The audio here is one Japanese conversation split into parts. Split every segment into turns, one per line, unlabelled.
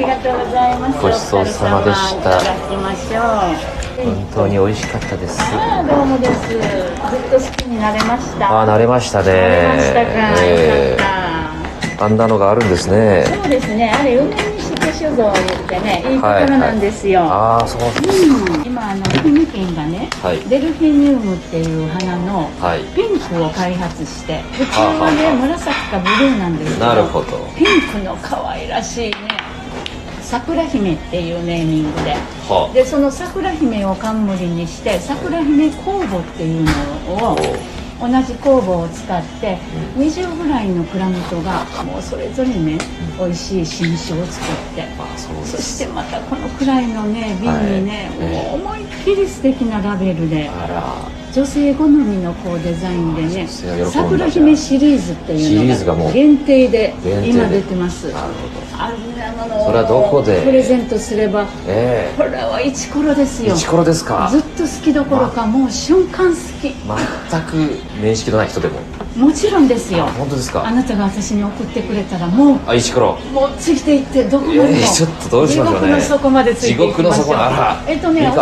りがとうございます。
ごちそうさまでした。
いただきましょう。
本当に美味しかったです。
どうもです。ずっと好きになれました。
慣れましたね。
慣れましたか。よかった。
あんなのがあるんですね。
そうですね。あれ梅西酒造言ってね、いいところなんですよ。
そう。
今愛媛県がね、デルフィニウムっていう花のピンクを開発して、普通はね紫かブルーなんですけど、
なるほど。
ピンクの可愛らしいね。桜姫っていうネーミングで、その桜姫を冠にして桜姫酵母っていうのを同じ酵母を使って20ぐらいの蔵元がもうそれぞれね美味しい新酒を作って、そしてまたこのくらいのね瓶にね、もう思いっきり素敵なラベルで女性好みのこうデザインでね、桜姫シリーズっていうのが限定で今出てます。あんなものを
それはどこで
プレゼントすれば、これはイチコロですよ。
イチコロですか。
ずっと好きどころか、もう瞬間好き。
全く面識のない人でも
もちろんですよ。
本当ですか。
あなたが私に送ってくれたらもう
イチコロ
もうついていってどこまでも、
ちょっとどうしましょうね。
地獄の底までついていきましょう。おそらくね、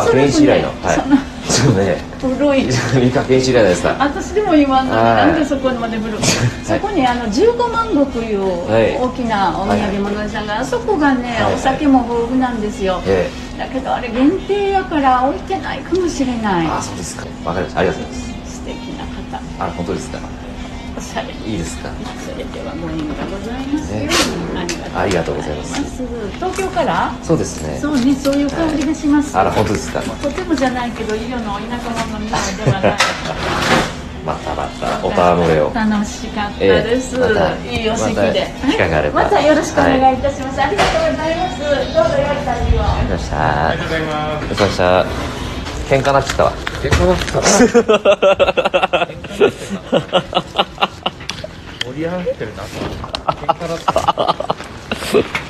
古い
三河健一以来ですか。
私でも言わんのになんでそこまで古い。そこに15万石いう大きなお土産物屋さんが、あそこがねお酒も豊富なんですよ。だけどあれ限定やから置いてないかもしれない。
そうですか。わかりました。ありがとうございます。
素敵な方。
本当ですか。
おしゃれ。
いいですか。
それではご縁がございますよ。
ありがとうございます。
東京から？
そうですね。
そうね、そういう香りがします。
本当ですか。
とてもじゃないけど、伊予の田舎者の匂いではない。
またお楽しみを。
楽しかったです。いいお席で。
機会があれば。
またよろしくお願いいたします。ありがとうございます。どうぞ良い旅を。
ありがとうございました。ありがとうございました。喧嘩なっちゃったわ。
喧嘩なっちゃった。盛り上がってるな。喧嘩だった。